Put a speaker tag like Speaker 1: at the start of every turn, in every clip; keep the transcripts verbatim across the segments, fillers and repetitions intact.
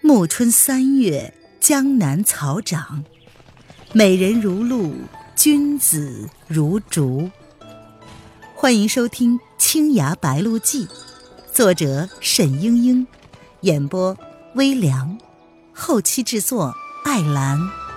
Speaker 1: 暮春三月，江南草长，美人如露，君子如竹。欢迎收听《青崖白鹿记》，作者沈英英，演播微凉，后期制作艾兰。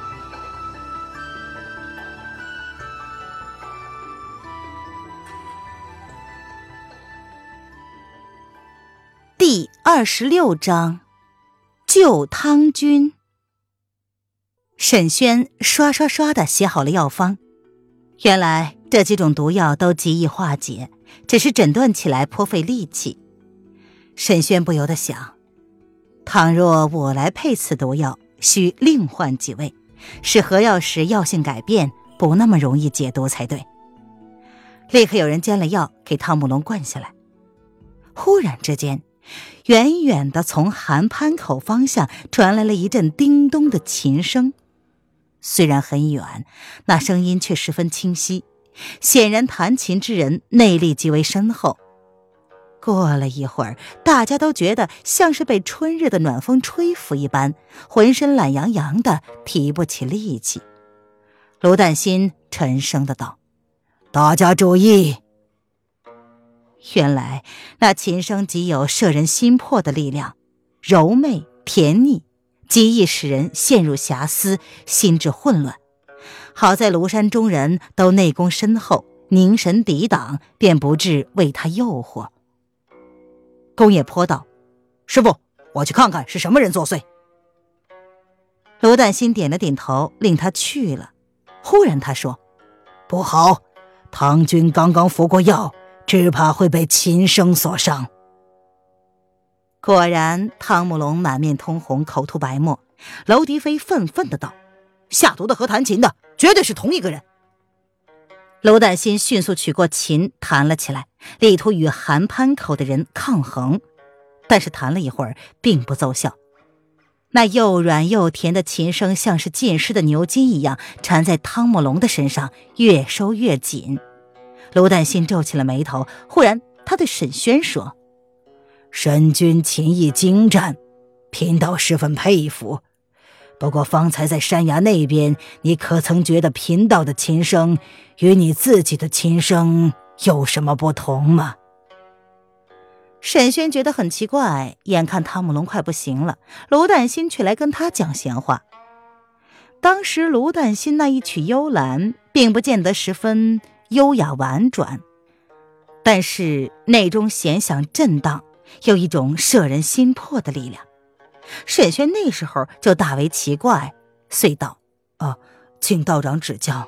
Speaker 1: 第二十六章，救汤君。沈轩刷刷刷地写好了药方，原来这几种毒药都极易化解，只是诊断起来颇费力气。沈轩不由得想，倘若我来配此毒药，需另换几味，使合药时药性改变，不那么容易解毒才对。立刻有人煎了药给汤姆龙灌下来。忽然之间，远远地从韩潘口方向传来了一阵叮咚的琴声，虽然很远，那声音却十分清晰，显然弹琴之人内力极为深厚。过了一会儿，大家都觉得像是被春日的暖风吹拂一般，浑身懒洋洋的，提不起力气。卢旦心沉声的道：“大家注意！”原来那琴声极有摄人心魄的力量，柔媚甜腻，极易使人陷入遐思，心智混乱。好在庐山中人都内功深厚，凝神抵挡，便不致为他诱惑。宫野坡道：“师父，我去看看是什么人作祟。”卢旦心点了点头，令他去了。忽然他说：“不好，唐军刚刚服过药，只怕会被琴声所伤。”果然，汤姆龙满面通红，口吐白沫。娄迪飞愤愤地道：“下毒的和弹琴的绝对是同一个人。”娄旦心迅速取过琴弹了起来，力图与韩潘口的人抗衡，但是弹了一会儿并不奏效。那又软又甜的琴声像是浸湿的牛筋一样缠在汤姆龙的身上，越收越紧。卢旦心皱起了眉头，忽然他对沈轩说：“沈君琴艺精湛，贫道十分佩服。不过方才在山崖那边，你可曾觉得贫道的琴声与你自己的琴声有什么不同吗？”沈轩觉得很奇怪，眼看汤姆龙快不行了，卢旦心却来跟他讲闲话。当时卢旦心那一曲幽兰并不见得十分优雅婉转，但是内中弦响震荡，有一种摄人心魄的力量。沈轩那时候就大为奇怪，遂道：“哦，请道长指教。”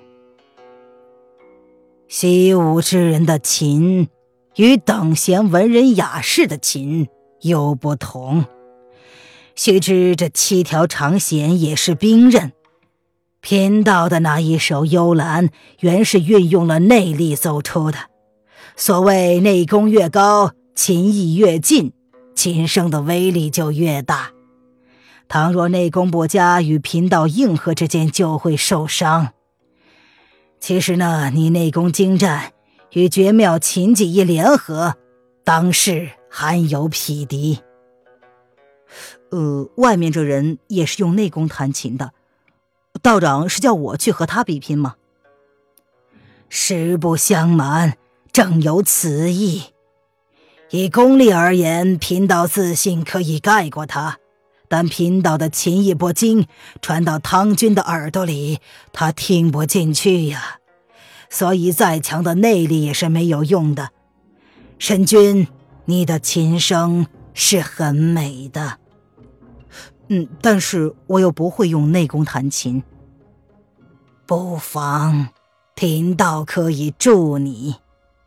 Speaker 1: 习武之人的琴与等闲文人雅士的琴有不同，须知这七条长弦也是兵刃。贫道的那一首幽兰原是运用了内力奏出的，所谓内功越高，琴艺越劲，琴声的威力就越大。倘若内功不佳，与贫道应和之间就会受伤。其实呢，你内功精湛，与绝妙琴技一联合，当是罕有匹敌。呃，外面这人也是用内功弹琴的，道长是叫我去和他比拼吗？实不相瞒，正有此意。以功力而言，贫道自信可以盖过他，但贫道的琴艺不精，传到汤君的耳朵里，他听不进去呀，所以再强的内力也是没有用的。沈君，你的琴声是很美的。嗯，但是我又不会用内功弹琴。不妨，贫道可以助你。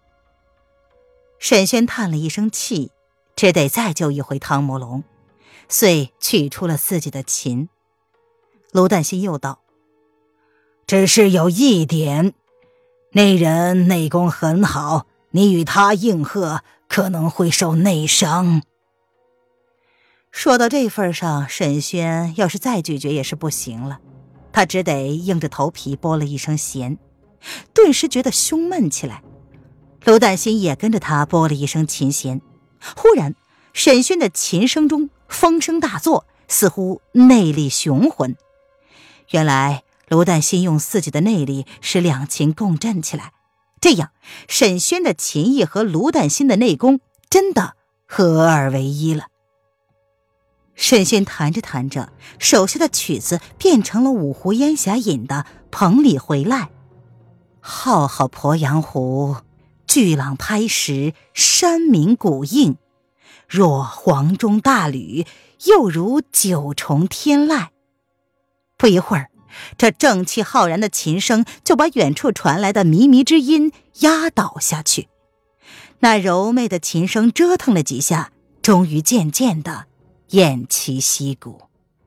Speaker 1: 沈轩叹了一声气，只得再救一回汤姆龙，遂取出了自己的琴。卢旦心又道：“只是有一点，那人内功很好，你与他应和可能会受内伤。”说到这份上，沈轩要是再拒绝也是不行了，他只得硬着头皮拨了一声弦，顿时觉得胸闷起来。卢旦心也跟着他拨了一声琴弦，忽然沈轩的琴声中风声大作， 似乎内力雄浑。原来卢旦新用自己的内力使两琴共振起来，这样沈轩的琴艺和卢旦新的内功真的合二为一了。沈轩弹着弹着，手下的曲子变成了五湖烟霞引的彭里回来。浩浩鄱阳湖，巨浪拍石，山鸣谷应，若黄钟大吕，又如九重天籁。不一会儿，这正气浩然的琴声就把远处传来的靡靡之音压倒下去。那柔媚的琴声折腾了几下，终于渐渐地偃旗息鼓。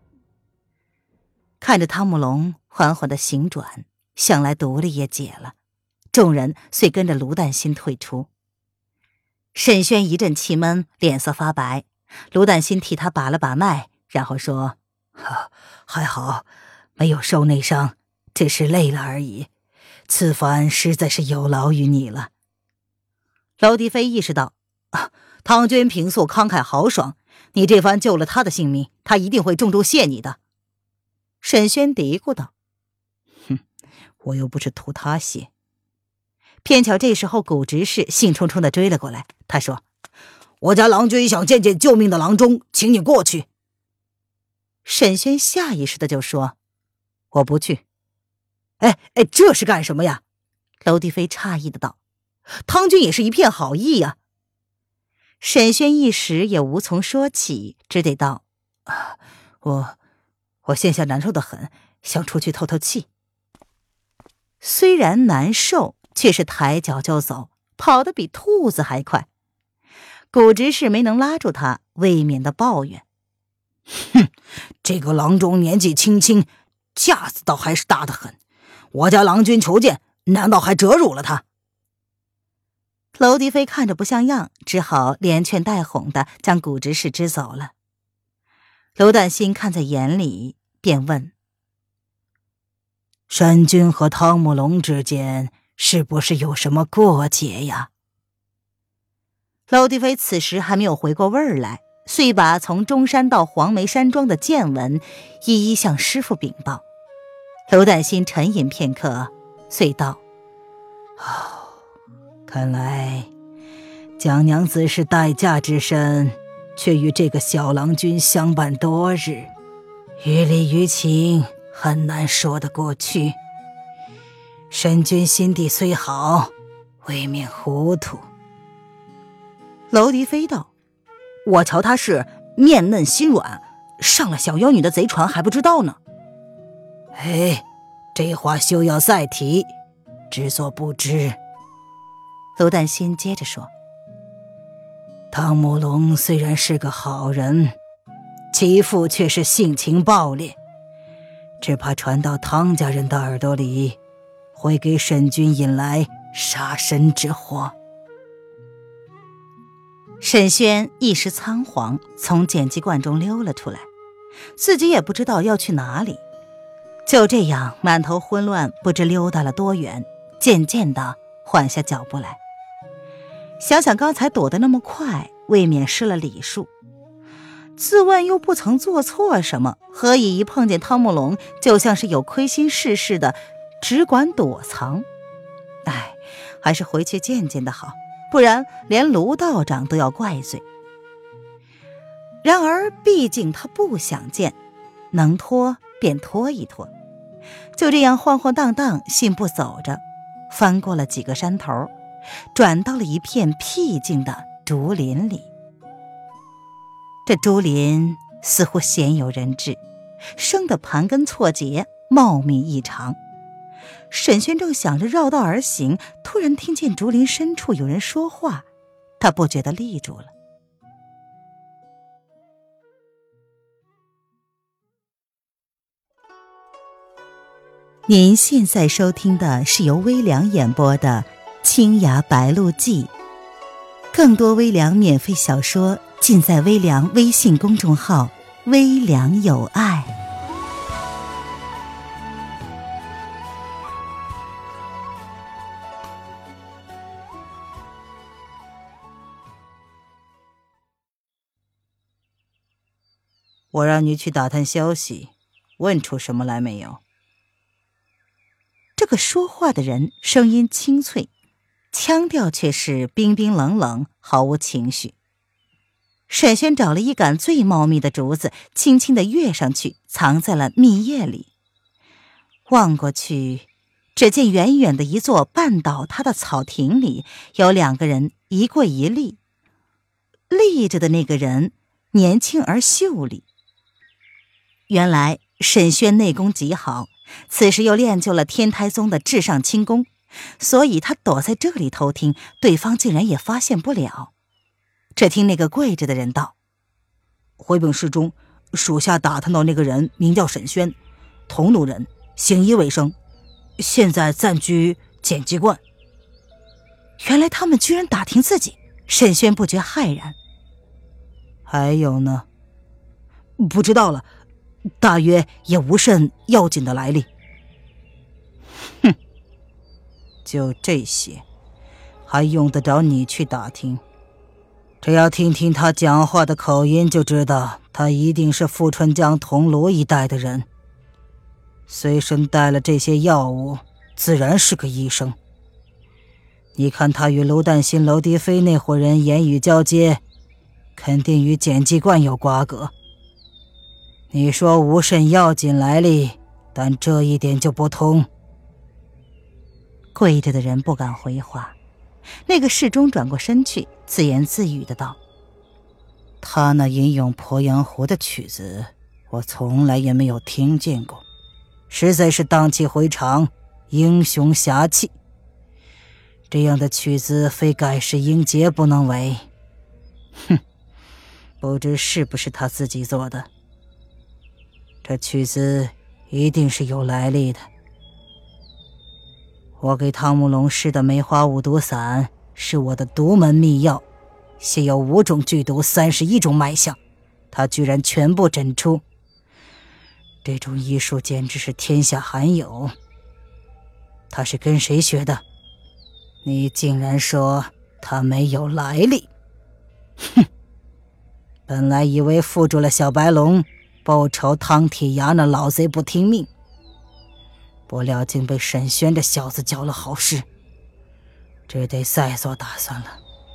Speaker 1: 看着汤姆龙缓缓地行转，想来毒力也解了，众人遂跟着卢旦新退出。沈轩一阵气闷，脸色发白。卢旦新替他把了把脉，然后说：还好没有受内伤，只是累了而已，此番实在是有劳于你了。娄迪飞意识到、啊、汤君平素慷慨豪爽，你这番救了他的性命，他一定会重重谢你的。沈轩嘀咕道：哼，我又不是图他谢。偏巧这时候古执事兴冲冲地追了过来，他说：我家郎君想见见救命的郎中，请你过去。沈轩下意识的就说：我不去。哎哎，这是干什么呀？娄迪飞诧异的道：汤君也是一片好意呀。沈轩一时也无从说起，只得道：啊、我我现下难受得很，想出去透透气。虽然难受，却是抬脚就走，跑得比兔子还快。古执事没能拉住他，未免的抱怨：哼，这个郎中年纪轻轻，架子倒还是大得很，我家郎君求见，难道还折辱了他？娄迪飞看着不像样，只好连劝带哄的将古执事支走了。娄旦新看在眼里，便问：沈君和汤姆龙之间是不是有什么过节呀？娄迪飞此时还没有回过味儿来，遂把从中山到黄梅山庄的见闻一一向师父禀报。娄旦新沉吟片刻，遂道：哦，看来蒋娘子是待嫁之身，却与这个小郎君相伴多日，于理于情很难说得过去。沈君心地虽好，未免糊涂。娄迪飞道：我瞧他是面嫩心软，上了小妖女的贼船还不知道呢。哎，这话休要再提，只作不知。娄旦新接着说：汤姆龙虽然是个好人，其父却是性情暴烈，只怕传到汤家人的耳朵里，会给沈君引来杀身之祸。沈轩一时仓皇，从检机罐中溜了出来，自己也不知道要去哪里，就这样满头混乱，不知溜达了多远，渐渐地缓下脚步来。想想刚才躲得那么快，未免失了礼数，自问又不曾做错什么，何以一碰见汤姆龙就像是有亏心事似的，只管躲藏。哎，还是回去见见的好，不然连卢道长都要怪罪。然而毕竟他不想见，能拖便拖一拖。就这样晃晃荡荡信步走着，翻过了几个山头，转到了一片僻静的竹林里。这竹林似乎鲜有人质，生得盘根错节，茂密异常。沈轩正想着绕道而行，突然听见竹林深处有人说话，他不觉得立住了。您现在收听的是由微凉演播的《青崖白鹿记》，更多微凉免费小说尽在微凉微信公众号“微凉有爱”。 我让你去打探消息，问出什么来没有？”这个说话的人声音清脆，腔调却是冰冰冷冷，毫无情绪。沈轩找了一杆最茂密的竹子，轻轻地跃上去，藏在了密叶里。望过去，只见远远的一座半倒塌的草亭里，有两个人一跪一立。立着的那个人年轻而秀丽。原来沈轩内功极好，此时又练就了天台宗的至上轻功，所以他躲在这里偷听，对方竟然也发现不了。只听那个跪着的人道：“回禀师中，属下打探到那个人名叫沈轩，桐庐人，行医为生，现在暂居简记观。”原来他们居然打听自己，沈轩不觉骇然。还有呢？不知道了，大约也无甚要紧的来历。哼，就这些，还用得着你去打听？只要听听他讲话的口音，就知道他一定是富春江桐庐一带的人。随身带了这些药物，自然是个医生。你看他与卢旦新、娄迪飞那伙人言语交接，肯定与简记观有瓜葛。你说无甚要紧来历，但这一点就不通。跪着的人不敢回话，那个侍中转过身去，自言自语的道：“他那吟咏鄱阳湖的曲子，我从来也没有听见过，实在是荡气回肠，英雄侠气。这样的曲子，非盖世英杰不能为。哼，不知是不是他自己做的。这曲子一定是有来历的。我给汤姆龙施的梅花五毒散是我的独门秘药，写有五种剧毒，三十一种脉象，他居然全部诊出。这种医术简直是天下罕有。他是跟谁学的？你竟然说他没有来历。哼，本来以为缚住了小白龙，报仇汤铁牙那老贼不听命，不料竟被沈轩这小子教了好事，只得再做打算了。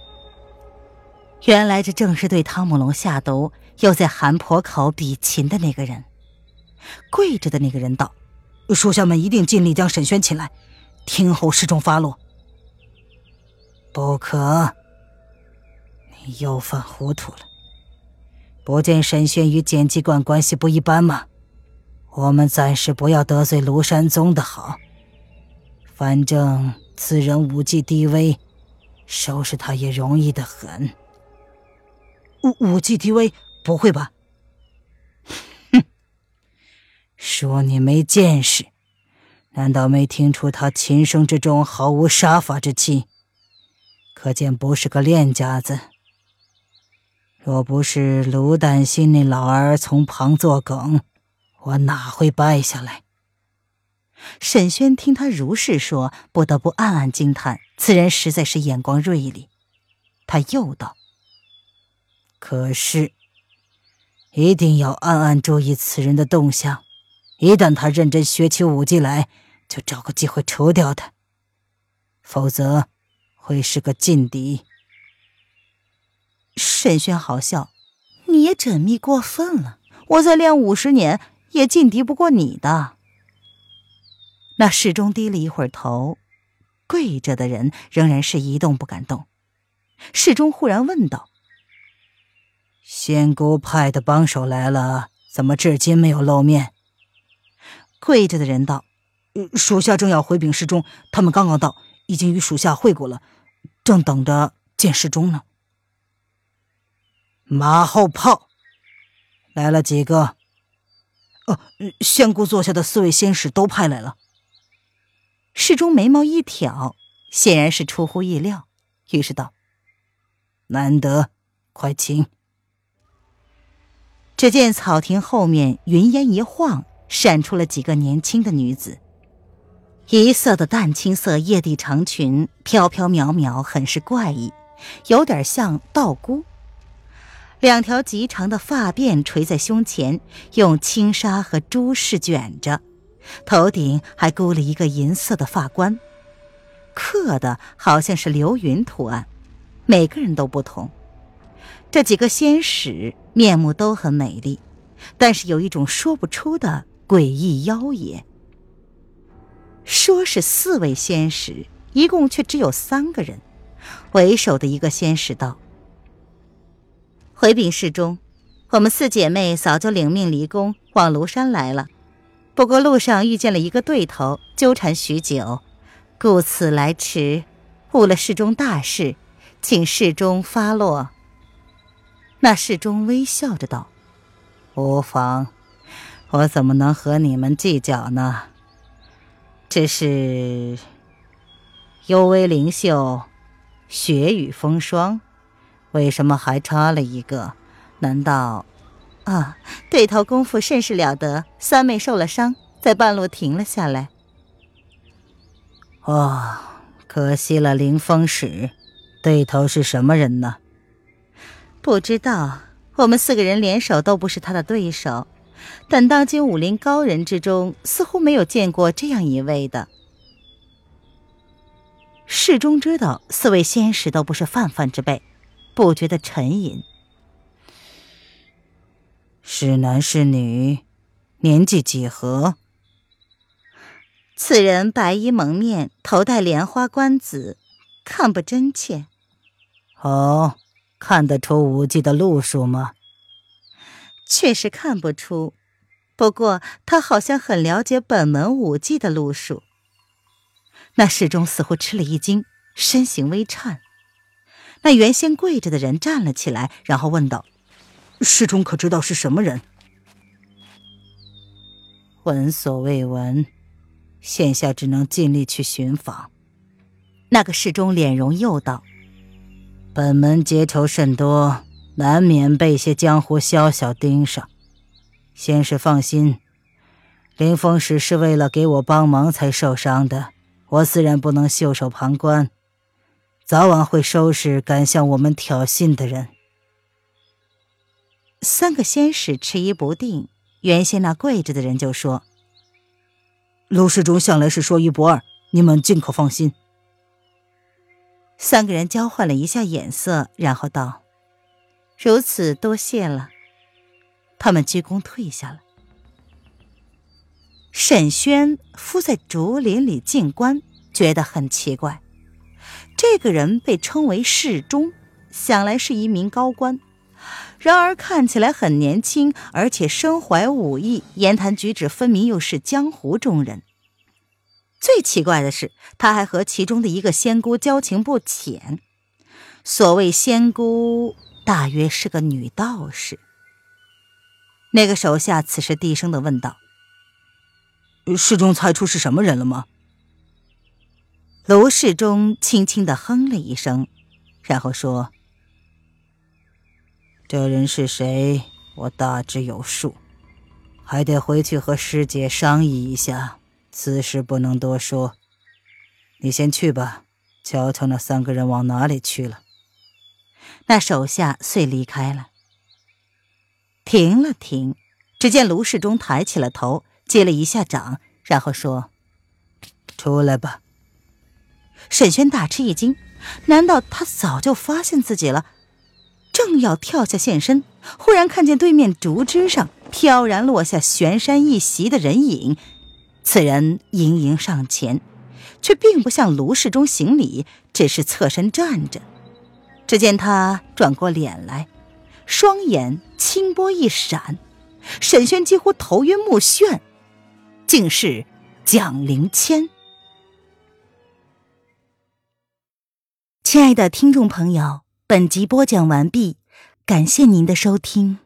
Speaker 1: 原来这正是对汤姆龙下毒，又在韩坡口比秦的那个人。跪着的那个人道：“属下们一定尽力将沈轩请来，听候示众发落。”不可，你又犯糊涂了。不见沈轩与简记观关系不一般吗？我们暂时不要得罪庐山宗的好，反正此人武技低微，收拾他也容易得很。武武技低微？不会吧？哼，说你没见识，难道没听出他琴声之中毫无杀伐之气？可见不是个练家子。若不是卢旦新那老儿从旁作梗，我哪会败下来？沈轩听他如是说，不得不暗暗惊叹，此人实在是眼光锐利。他又道：“可是一定要暗暗注意此人的动向，一旦他认真学起武技来，就找个机会除掉他，否则会是个劲敌。”沈轩好笑：“你也缜密过分了，我再练五十年也劲敌不过你的。”那侍中低了一会儿头，跪着的人仍然是一动不敢动。侍中忽然问道：“仙姑派的帮手来了，怎么至今没有露面？”跪着的人道：“属下正要回禀侍中，他们刚刚到，已经与属下会过了，正等着见侍中呢。”马后炮来了几个？哦，仙姑座下的四位仙使都派来了。侍中眉毛一挑，显然是出乎意料，于是道：“难得，快请。”只见草亭后面云烟一晃，闪出了几个年轻的女子，一色的淡青色叶地长裙，飘飘渺渺，很是怪异，有点像道姑。 两条极长的发辫垂在胸前，用轻纱和珠饰卷着，头顶还箍了一个银色的发冠，刻的好像是流云图案，每个人都不同。这几个仙使面目都很美丽，但是有一种说不出的诡异妖冶。说是四位仙使，一共却只有三个人。为首的一个仙使道：回禀侍中，我们四姐妹早就领命离宫往庐山来了，不过路上遇见了一个对头，纠缠许久，故此来迟，误了侍中大事，请侍中发落。那侍中微笑着道：无妨，我怎么能和你们计较呢？只是幽微灵秀，雪雨风霜，为什么还差了一个？难道……啊，对头功夫甚是了得，三妹受了伤，在半路停了下来。哦，可惜了凌风使，对头是什么人呢？不知道，我们四个人联手都不是他的对手，但当今武林高人之中，似乎没有见过这样一位的。侍中知道四位仙使都不是泛泛之辈，不觉得沉吟。是男是女，年纪几何？此人白衣蒙面，头戴莲花冠子，看不真切。哦，看得出武技的路数吗？确实看不出，不过他好像很了解本门武技的路数。那侍中似乎吃了一惊，身形微颤。那原先跪着的人站了起来，然后问道：侍中可知道是什么人？闻所未闻，现下只能尽力去寻访。那个侍中脸容又道：本门结仇甚多，难免被些江湖宵小盯上。先是放心，凌风使是为了给我帮忙才受伤的，我自然不能袖手旁观，早晚会收拾敢向我们挑衅的人。三个仙使迟疑不定，原先那跪着的人就说：卢侍中向来是说一不二，你们尽可放心。三个人交换了一下眼色，然后道：如此多谢了。他们鞠躬退下了。沈轩夫在竹林里静观，觉得很奇怪。这个人被称为侍中，想来是一名高官，然而看起来很年轻，而且身怀武艺，言谈举止分明又是江湖中人。最奇怪的是，他还和其中的一个仙姑交情不浅。所谓仙姑，大约是个女道士。那个手下此时低声地问道：侍中猜出是什么人了吗？卢侍中轻轻地哼了一声，然后说：这人是谁，我大致有数，还得回去和师姐商议一下，此事不能多说。你先去吧，瞧瞧那三个人往哪里去了。那手下遂离开了。停了停，只见卢侍中抬起了头，接了一下掌，然后说：出来吧。沈轩大吃一惊，难道他早就发现自己了？正要跳下现身，忽然看见对面竹枝上飘然落下悬山一席的人影。此人盈盈上前，却并不向卢侍中行礼，只是侧身站着。只见他转过脸来，双眼清波一闪，沈轩几乎头晕目眩，竟是蒋灵谦。亲爱的听众朋友，本集播讲完毕，感谢您的收听。